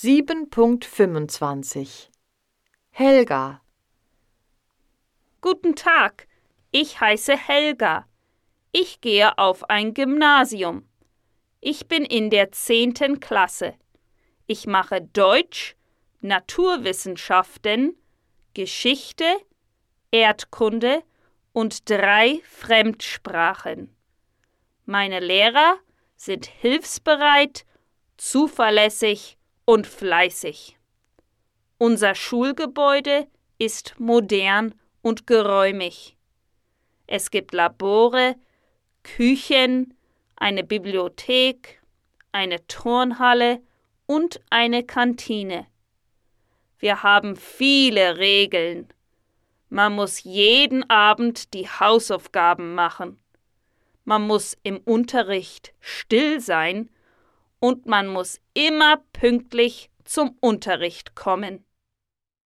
7.25 Helga. Guten Tag, ich heiße Helga. Ich gehe auf ein Gymnasium. Ich bin in der 10. Klasse. Ich mache Deutsch, Naturwissenschaften, Geschichte, Erdkunde und 3 Fremdsprachen. Meine Lehrer sind hilfsbereit, zuverlässig und fleißig. Unser Schulgebäude ist modern und geräumig. Es gibt Labore, Küchen, eine Bibliothek, eine Turnhalle und eine Kantine. Wir haben viele Regeln. Man muss jeden Abend die Hausaufgaben machen. Man muss im Unterricht still sein und man muss immer pünktlich zum Unterricht kommen.